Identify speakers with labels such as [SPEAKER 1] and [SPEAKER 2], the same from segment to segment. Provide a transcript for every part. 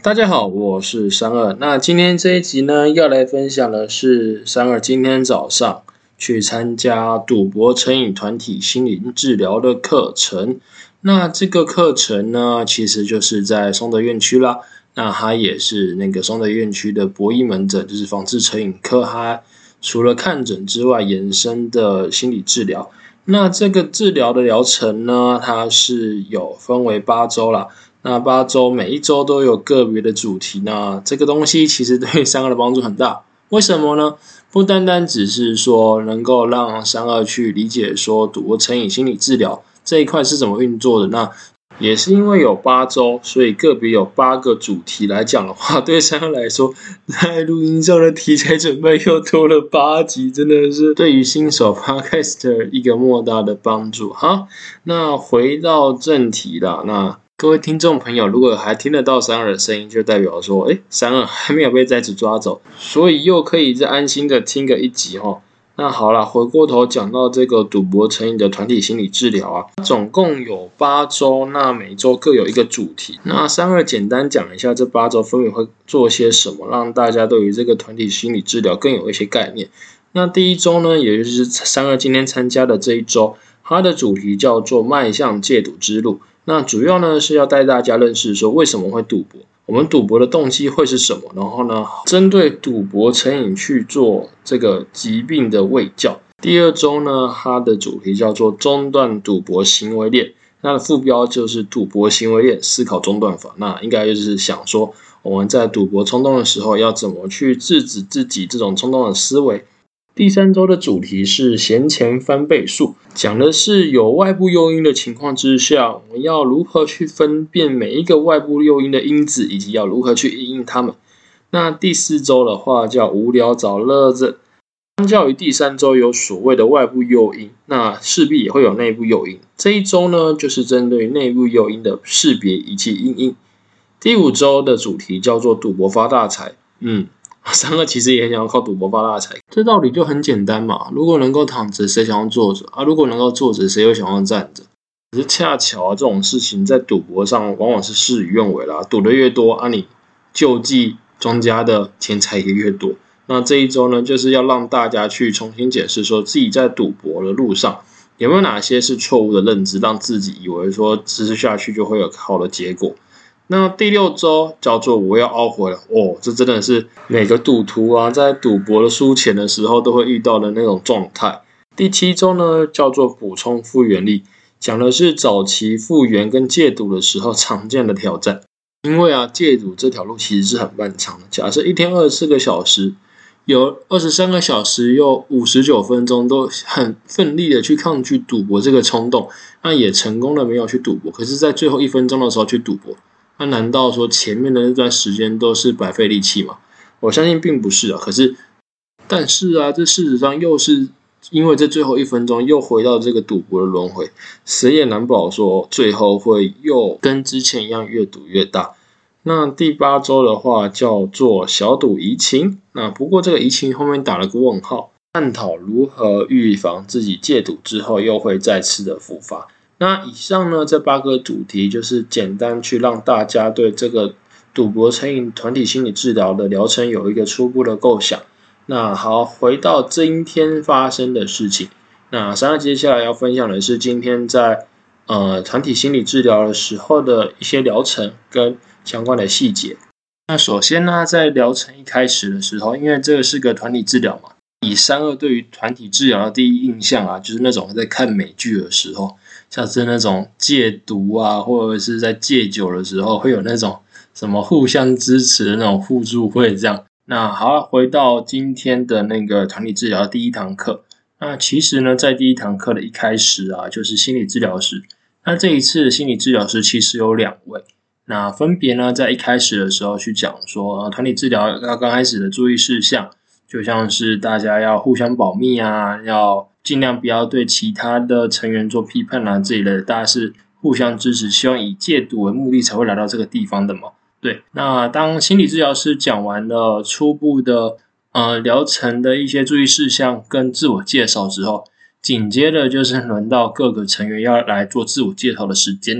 [SPEAKER 1] 大家好，我是32。那今天这一集呢，要来分享的是32今天早上去参加赌博成瘾团体心理治疗的课程。那这个课程呢，其实就是在松德院区啦。那它也是那个松德院区的博医门诊，就是防治成瘾科。它除了看诊之外，延伸的心理治疗。那这个治疗的疗程呢，它是有分为8周啦。那8周每一周都有个别的主题，那这个东西其实对32的帮助很大。为什么呢？不单单只是说能够让32去理解说赌博成瘾心理治疗这一块是怎么运作的，那也是因为有8周，所以个别有8个主题来讲的话，对32来说，在录音上的题材准备又多了8集，真的是对于新手 Podcaster 一个莫大的帮助。好，那回到正题啦，那各位听众朋友，如果还听得到32的声音，就代表说，32还没有被再次抓走，所以又可以再安心的听个一集齁。那好啦，回过头讲到这个赌博成瘾的团体心理治疗啊，总共有8周，那每周各有一个主题。那32简单讲一下这8周分别会做些什么，让大家对于这个团体心理治疗更有一些概念。那第一周呢，也就是32今天参加的这一周，它的主题叫做迈向戒赌之路。那主要呢是要带大家认识说为什么会赌博，我们赌博的动机会是什么，然后呢针对赌博成瘾去做这个疾病的卫教。第二周呢，它的主题叫做中断赌博行为链，那的副标就是赌博行为链思考中断法。那应该就是想说我们在赌博冲动的时候要怎么去制止自己这种冲动的思维。第3周的主题是闲钱翻倍术，讲的是有外部诱因的情况之下，我们要如何去分辨每一个外部诱因的因子，以及要如何去因应它们。那第4周的话叫无聊找乐子，相较于第3周有所谓的外部诱因，那势必也会有内部诱因。这一周呢，就是针对内部诱因的识别以及因应。第5周的主题叫做赌博发大财。32其实也很想要靠赌博发大财，这道理就很简单嘛。如果能够躺着，谁想要坐着啊？如果能够坐着，谁又想要站着？可是恰巧这种事情在赌博上往往是事与愿违啦。赌得越多啊，你救济庄家的钱财也越多。那这一周呢，就是要让大家去重新解释，说自己在赌博的路上有没有哪些是错误的认知，让自己以为说持续下去就会有好的结果。那第6周叫做我要懊悔了这真的是每个赌徒啊在赌博的输钱的时候都会遇到的那种状态。第7周呢叫做补充复原力，讲的是早期复原跟戒赌的时候常见的挑战。因为戒赌这条路其实是很漫长的，假设一天24个小时，有23个小时又59分钟都很奋力的去抗拒赌博这个冲动，那也成功的没有去赌博，可是在最后1分钟的时候去赌博，那难道说前面的那段时间都是白费力气吗？我相信并不是但是这事实上又是因为这最后1分钟又回到这个赌博的轮回，谁也难保说最后会又跟之前一样越赌越大。那第8周的话叫做小赌怡情，那不过这个怡情后面打了个问号，探讨如何预防自己戒赌之后又会再次的复发。那以上呢，这8个主题就是简单去让大家对这个赌博成瘾团体心理治疗的疗程有一个初步的构想。那好，回到今天发生的事情。那32接下来要分享的是今天在团体心理治疗的时候的一些疗程跟相关的细节。那首先呢，在疗程一开始的时候，因为这个是个团体治疗嘛，以32对于团体治疗的第一印象就是那种在看美剧的时候，像是那种戒毒或者是在戒酒的时候会有那种什么互相支持的那种互助会这样。那好，回到今天的那个团体治疗的第1堂课。那其实呢，在第1堂课的一开始就是心理治疗师。那这一次的心理治疗师其实有2位，那分别呢在一开始的时候去讲说团体治疗要刚开始的注意事项，就像是大家要互相保密要尽量不要对其他的成员做批判这一类的，大家是互相支持，希望以戒赌为目的才会来到这个地方的嘛。对，那当心理治疗师讲完了初步的疗程的一些注意事项跟自我介绍之后，紧接着就是轮到各个成员要来做自我介绍的时间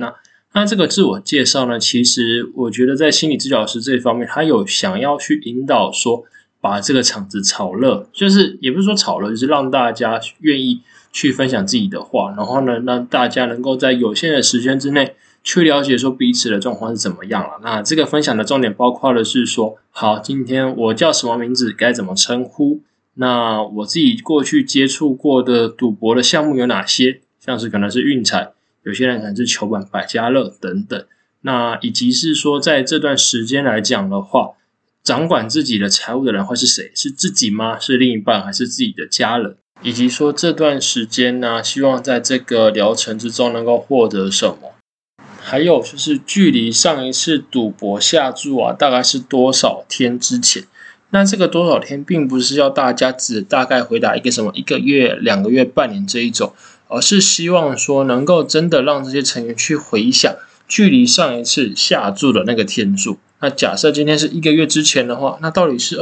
[SPEAKER 1] 那这个自我介绍呢，其实我觉得在心理治疗师这方面，他有想要去引导说，把这个场子炒热，就是也不是说炒热，就是让大家愿意去分享自己的话，然后呢，让大家能够在有限的时间之内去了解说彼此的状况是怎么样了。那这个分享的重点包括的是说，好，今天我叫什么名字，该怎么称呼？那我自己过去接触过的赌博的项目有哪些？像是可能是运彩，有些人可能是球板、百家乐等等。那以及是说，在这段时间来讲的话，掌管自己的财务的人会是谁？是自己吗？是另一半还是自己的家人？以及说这段时间呢，希望在这个疗程之中能够获得什么？还有就是距离上一次赌博下注啊，大概是多少天之前？那这个多少天，并不是要大家只大概回答一个什么1个月、2个月、半年这一种，而是希望说能够真的让这些成员去回想距离上一次下注的那个天数。那假设今天是1个月之前的话，那到底是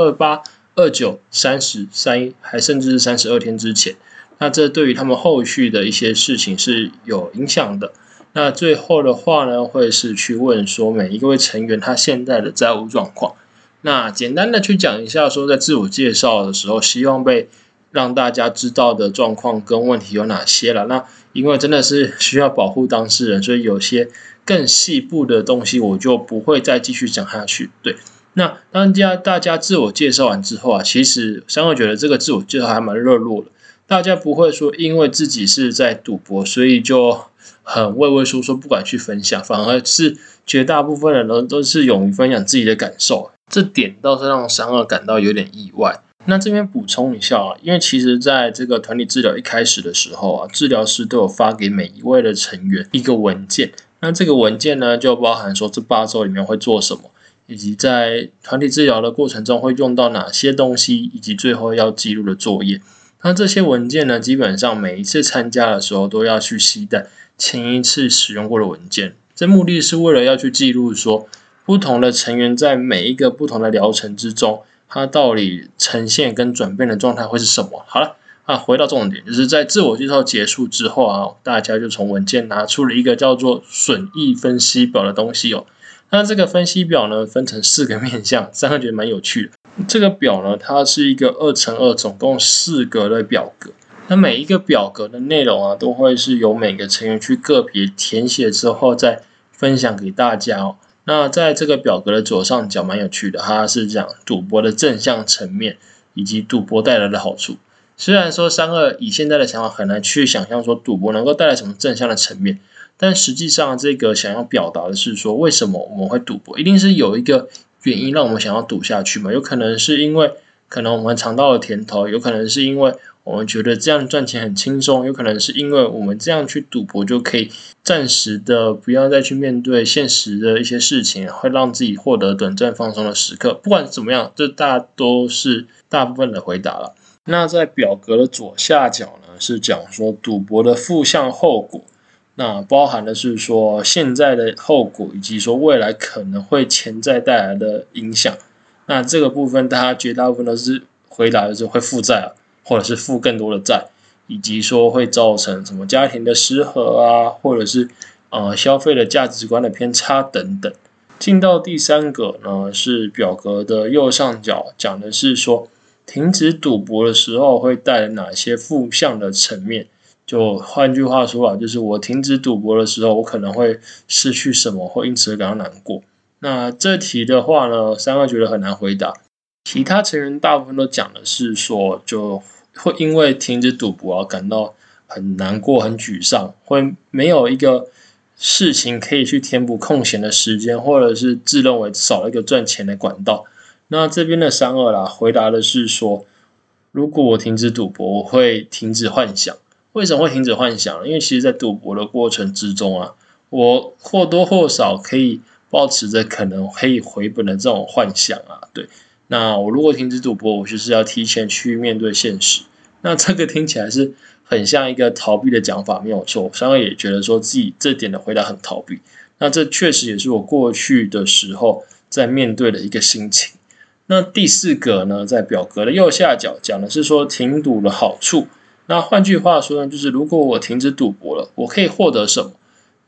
[SPEAKER 1] 28、29、30、31，还甚至是32天之前？那这对于他们后续的一些事情是有影响的。那最后的话呢，会是去问说每一位成员他现在的债务状况。那简单的去讲一下说，在自我介绍的时候，希望让大家知道的状况跟问题有哪些了。那因为真的是需要保护当事人，所以有些更细部的东西我就不会再继续讲下去。对，那当大家自我介绍完之后啊，其实三二觉得这个自我介绍还蛮热络的。大家不会说因为自己是在赌博，所以就很畏畏缩缩不敢去分享，反而是绝大部分人都是勇于分享自己的感受，这点倒是让三二感到有点意外。那这边补充一下啊，因为其实在这个团体治疗一开始的时候啊，治疗师都有发给每一位的成员一个文件，那这个文件呢就包含说这8周里面会做什么，以及在团体治疗的过程中会用到哪些东西，以及最后要记录的作业。那这些文件呢，基本上每一次参加的时候都要去携带前一次使用过的文件，这目的是为了要去记录说不同的成员在每一个不同的疗程之中，他到底呈现跟转变的状态会是什么。好了，回到重点，就是在自我介绍结束之后啊，大家就从文件拿出了一个叫做损益分析表的东西哦。那这个分析表呢，分成4个面向，三个觉得蛮有趣的。这个表呢，它是一个2×2，总共4格的表格。那每一个表格的内容啊，都会是由每个成员去个别填写之后再分享给大家哦。那在这个表格的左上角蛮有趣的，它是讲赌博的正向层面以及赌博带来的好处。虽然说三二以现在的想法很难去想象说赌博能够带来什么正向的层面，但实际上这个想要表达的是说，为什么我们会赌博，一定是有一个原因让我们想要赌下去嘛。有可能是因为可能我们尝到了甜头，有可能是因为我们觉得这样赚钱很轻松，有可能是因为我们这样去赌博就可以暂时的不要再去面对现实的一些事情，会让自己获得短暂放松的时刻。不管怎么样，这都是大部分的回答了。那在表格的左下角呢，是讲说赌博的负向后果，那包含的是说现在的后果，以及说未来可能会潜在带来的影响。那这个部分大家绝大部分都是回答的是会负债啊，或者是负更多的债，以及说会造成什么家庭的失和啊，或者是消费的价值观的偏差等等。进到第3个呢，是表格的右上角，讲的是说停止赌博的时候会带来哪些负向的层面。就换句话说啊，就是我停止赌博的时候，我可能会失去什么，会因此而感到难过。那这题的话呢，三二觉得很难回答。其他成员大部分都讲的是说，就会因为停止赌博而感到很难过、很沮丧，会没有一个事情可以去填补空闲的时间，或者是自认为少了一个赚钱的管道。那这边的三二啦，回答的是说，如果我停止赌博，我会停止幻想。为什么会停止幻想呢？因为其实在赌博的过程之中啊，我或多或少可以抱持着可能可以回本的这种幻想啊，对。那我如果停止赌博，我就是要提前去面对现实。那这个听起来是很像一个逃避的讲法，没有错。三二也觉得说自己这点的回答很逃避。那这确实也是我过去的时候在面对的一个心情。那第4个呢，在表格的右下角讲的是说停赌的好处。那换句话说呢，就是如果我停止赌博了，我可以获得什么？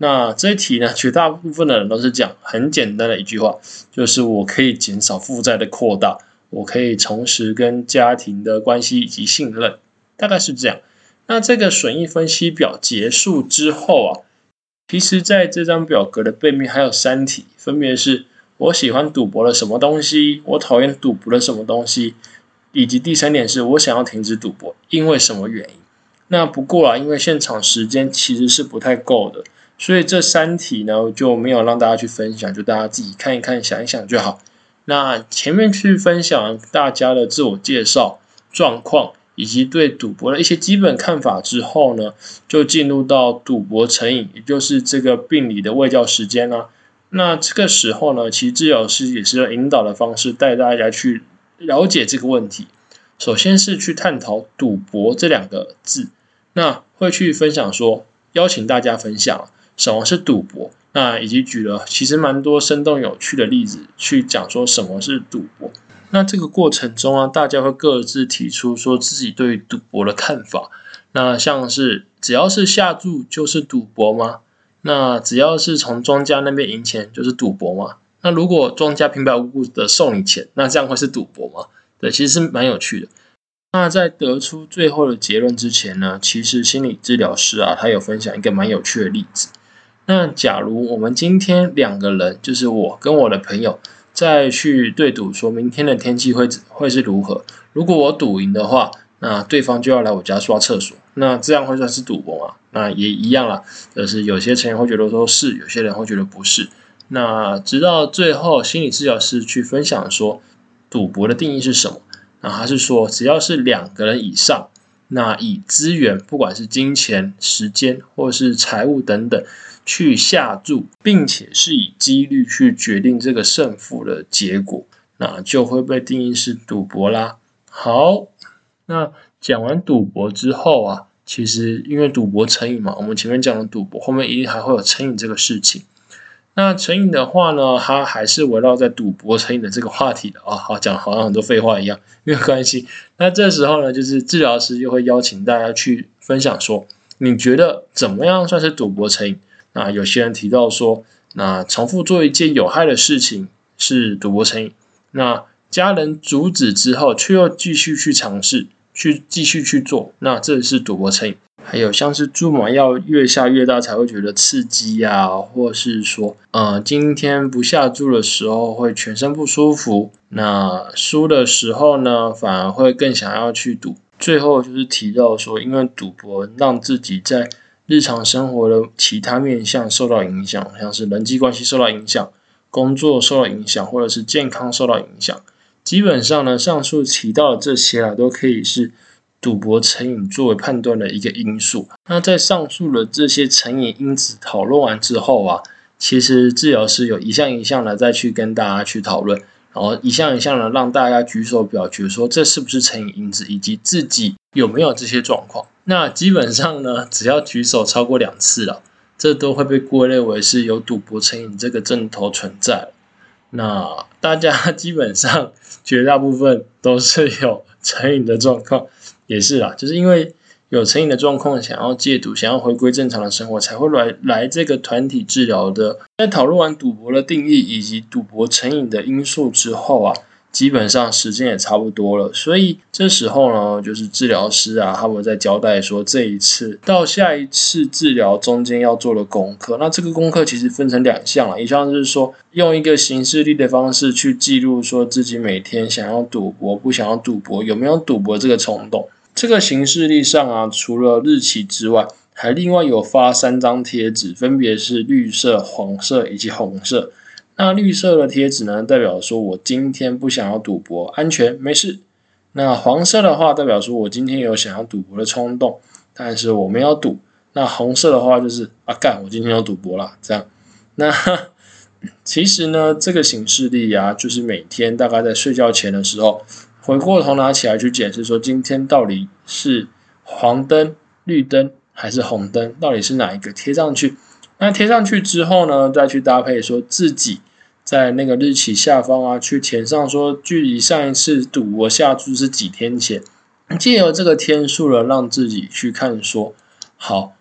[SPEAKER 1] 那这一题呢，绝大部分的人都是讲很简单的一句话，就是我可以减少负债的扩大，我可以重拾跟家庭的关系以及信任，大概是这样。那这个损益分析表结束之后啊，其实在这张表格的背面还有3题，分别是我喜欢赌博的什么东西，我讨厌赌博的什么东西，以及第3点是我想要停止赌博，因为什么原因。那不过因为现场时间其实是不太够的，所以这3题呢就没有让大家去分享，就大家自己看一看想一想就好。那前面去分享大家的自我介绍状况以及对赌博的一些基本看法之后呢，就进入到赌博成瘾，也就是这个病理的卫教时间啦。那这个时候呢，其实治疗师也是用引导的方式带大家去了解这个问题。首先是去探讨赌博这2个字，那会去分享说，邀请大家分享什么是赌博，那以及举了其实蛮多生动有趣的例子去讲说什么是赌博。那这个过程中大家会各自提出说自己对于赌博的看法。那像是只要是下注就是赌博吗？那只要是从庄家那边赢钱就是赌博吗？那如果庄家平白无故的送你钱，那这样会是赌博吗？对，其实是蛮有趣的。那在得出最后的结论之前呢，其实心理治疗师他有分享一个蛮有趣的例子。那假如我们今天2个人，就是我跟我的朋友，再去对赌说明天的天气会是如何。如果我赌赢的话，那对方就要来我家刷厕所，那这样会算是赌博吗？那也一样啦，就是有些成员会觉得说是，有些人会觉得不是。那直到最后心理治疗师去分享说赌博的定义是什么，那他是说只要是2个人以上，那以资源不管是金钱、时间或是财务等等去下注，并且是以几率去决定这个胜负的结果，那就会被定义是赌博啦。好，那讲完赌博之后其实因为赌博成瘾嘛，我们前面讲的赌博，后面一定还会有成瘾这个事情。那成瘾的话呢，它还是围绕在赌博成瘾的这个话题的好讲好像很多废话一样，没有关系。那这时候呢，就是治疗师又会邀请大家去分享说，你觉得怎么样算是赌博成瘾？那有些人提到说，那重复做一件有害的事情是赌博成瘾，那家人阻止之后却又继续去尝试，去继续去做，那这是赌博成瘾。还有像是注麻药越下越大才会觉得刺激或是说今天不下注的时候会全身不舒服，那输的时候呢反而会更想要去赌。最后就是提到说，因为赌博让自己在日常生活的其他面向受到影响，像是人际关系受到影响，工作受到影响，或者是健康受到影响。基本上呢，上述提到的这些都可以是赌博成瘾作为判断的一个因素。那在上述的这些成瘾因子讨论完之后其实治疗师有一项一项的再去跟大家去讨论，然后一项一项的让大家举手表决说这是不是成瘾因子，以及自己有没有这些状况。那基本上呢，只要举手超过2次了，这都会被归类为是有赌博成瘾这个症头存在。那大家基本上绝大部分都是有成瘾的状况，也是啦，就是因为有成瘾的状况，想要戒赌，想要回归正常的生活，才会来这个团体治疗的。在讨论完赌博的定义以及赌博成瘾的因素之后基本上时间也差不多了，所以这时候呢，就是治疗师他们在交代说这一次到下一次治疗中间要做的功课。那这个功课其实分成2项一项是说用一个行事历的方式去记录说自己每天想要赌博、不想要赌博、有没有赌博这个冲动。这个行事历上除了日期之外，还另外有发3张贴纸，分别是绿色、黄色以及红色。那绿色的贴纸呢，代表说我今天不想要赌博，安全没事。那黄色的话代表说我今天有想要赌博的冲动，但是我没有赌。那红色的话就是我今天有赌博啦，这样。那其实呢，这个行事历就是每天大概在睡觉前的时候，回过头拿起来去检视说今天到底是黄灯、绿灯还是红灯，到底是哪一个贴上去。那贴上去之后呢，再去搭配说自己在那个日期下方去填上说距离上一次赌博下注是几天前，藉由这个天数让自己去看说，好，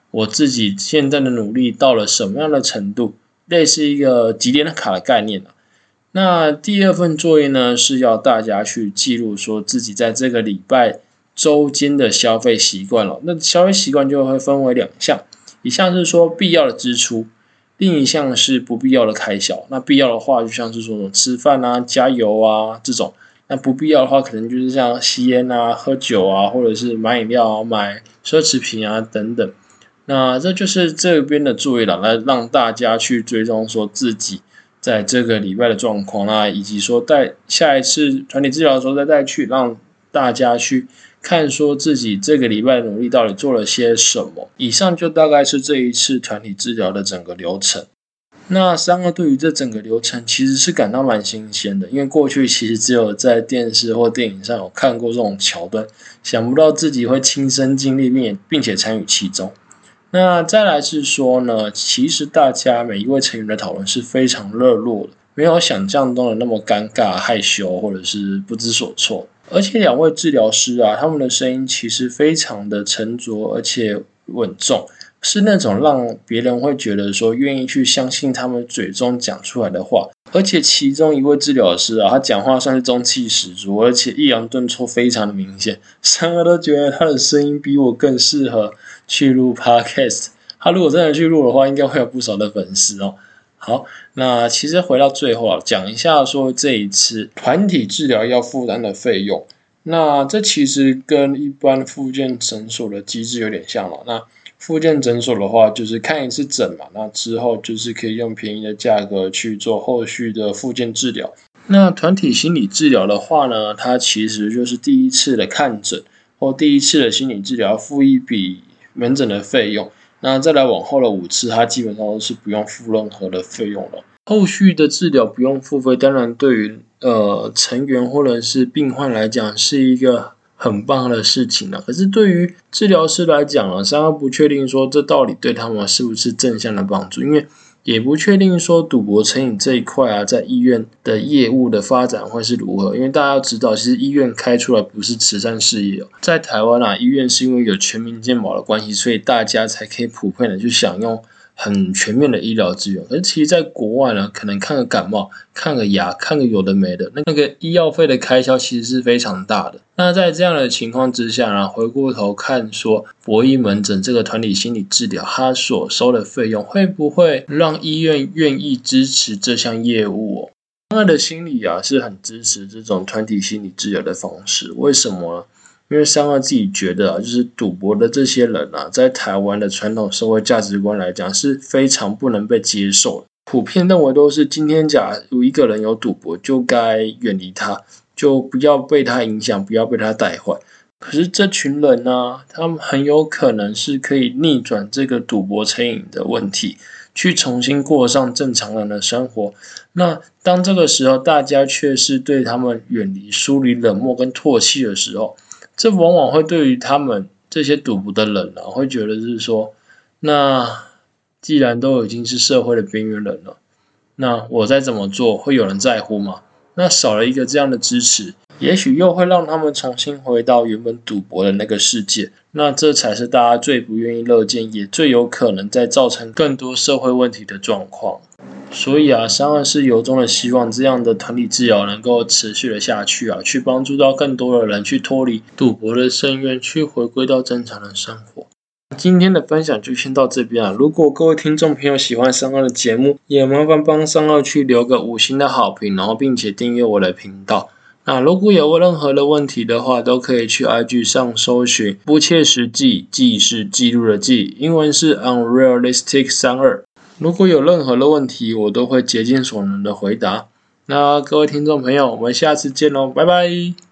[SPEAKER 1] 我自己现在的努力到了什么样的程度，类似一个集点卡的概念。那第二份作业呢，是要大家去记录说自己在这个礼拜周间的消费习惯了。那消费习惯就会分为2项，一项是说必要的支出，另一项是不必要的开销。那必要的话就像是说吃饭啊、加油啊这种，那不必要的话可能就是像吸烟啊、喝酒啊，或者是买饮料啊、买奢侈品啊等等。那这就是这边的作业了，来让大家去追踪说自己在这个礼拜的状况，那以及说在下一次团体治疗的时候再带去，让大家去看说自己这个礼拜的努力到底做了些什么。以上就大概是这一次团体治疗的整个流程。那32对于这整个流程其实是感到蛮新鲜的，因为过去其实只有在电视或电影上有看过这种桥段，想不到自己会亲身经历并且参与其中。那再来是说呢，其实大家每一位成员的讨论是非常热络的，没有想象中的那么尴尬、害羞或者是不知所措。而且2位治疗师啊，他们的声音其实非常的沉着而且稳重，是那种让别人会觉得说愿意去相信他们嘴中讲出来的话。而且其中一位治疗师啊，他讲话算是中气十足，而且抑扬顿挫非常的明显，32都觉得他的声音比我更适合去录 podcast。 他如果真的去录的话，应该会有不少的粉丝哦。好，那其实回到最后啊，讲一下说这一次团体治疗要负担的费用。那这其实跟一般复健诊所的机制有点像了。那复健诊所的话，就是看一次诊嘛，那之后就是可以用便宜的价格去做后续的复健治疗。那团体心理治疗的话呢，它其实就是第一次的看诊或第一次的心理治疗付一笔门诊的费用，那再来往后的5次，它基本上都是不用付任何的费用了。后续的治疗不用付费，当然对于成员或者是病患来讲是一个很棒的事情了。可是对于治疗师来讲呢，32不确定说这到底对他们是不是正向的帮助，因为也不确定说赌博成瘾这一块啊，在医院的业务的发展会是如何。因为大家要知道，其实医院开出来不是慈善事业在台湾啊，医院是因为有全民健保的关系，所以大家才可以普遍的去享用很全面的医疗资源。而其实在国外呢，可能看个感冒、看个牙、看个有的没的，那个医药费的开销其实是非常大的。那在这样的情况之下呢，回过头看说博弈门诊这个团体心理治疗，它所收的费用会不会让医院愿意支持这项业务哦？他的心理啊是很支持这种团体心理治疗的方式。为什么呢？因为32自己觉得啊，就是赌博的这些人啊，在台湾的传统社会价值观来讲是非常不能被接受的。普遍认为都是今天假如一个人有赌博，就该远离他，就不要被他影响，不要被他带坏。可是这群人呢，他们很有可能是可以逆转这个赌博成瘾的问题，去重新过上正常人的生活。那当这个时候大家却是对他们远离、疏离、冷漠跟唾弃的时候，这往往会对于他们这些赌博的人啊，会觉得是说，那既然都已经是社会的边缘人了，那我再怎么做会有人在乎吗？那少了一个这样的支持，也许又会让他们重新回到原本赌博的那个世界。那这才是大家最不愿意乐见，也最有可能再造成更多社会问题的状况。所以啊，32是由衷的希望这样的团体治疗能够持续的下去啊，去帮助到更多的人去脱离赌博的深渊，去回归到正常的生活。今天的分享就先到这边啊！如果各位听众朋友喜欢32的节目，也麻烦帮32去留个5星的好评，然后并且订阅我的频道。那如果有任何的问题的话，都可以去 IG 上搜寻不切实际，记是记录的记，英文是 unrealistic32。如果有任何的问题，我都会竭尽所能的回答。那各位听众朋友，我们下次见喽，拜拜。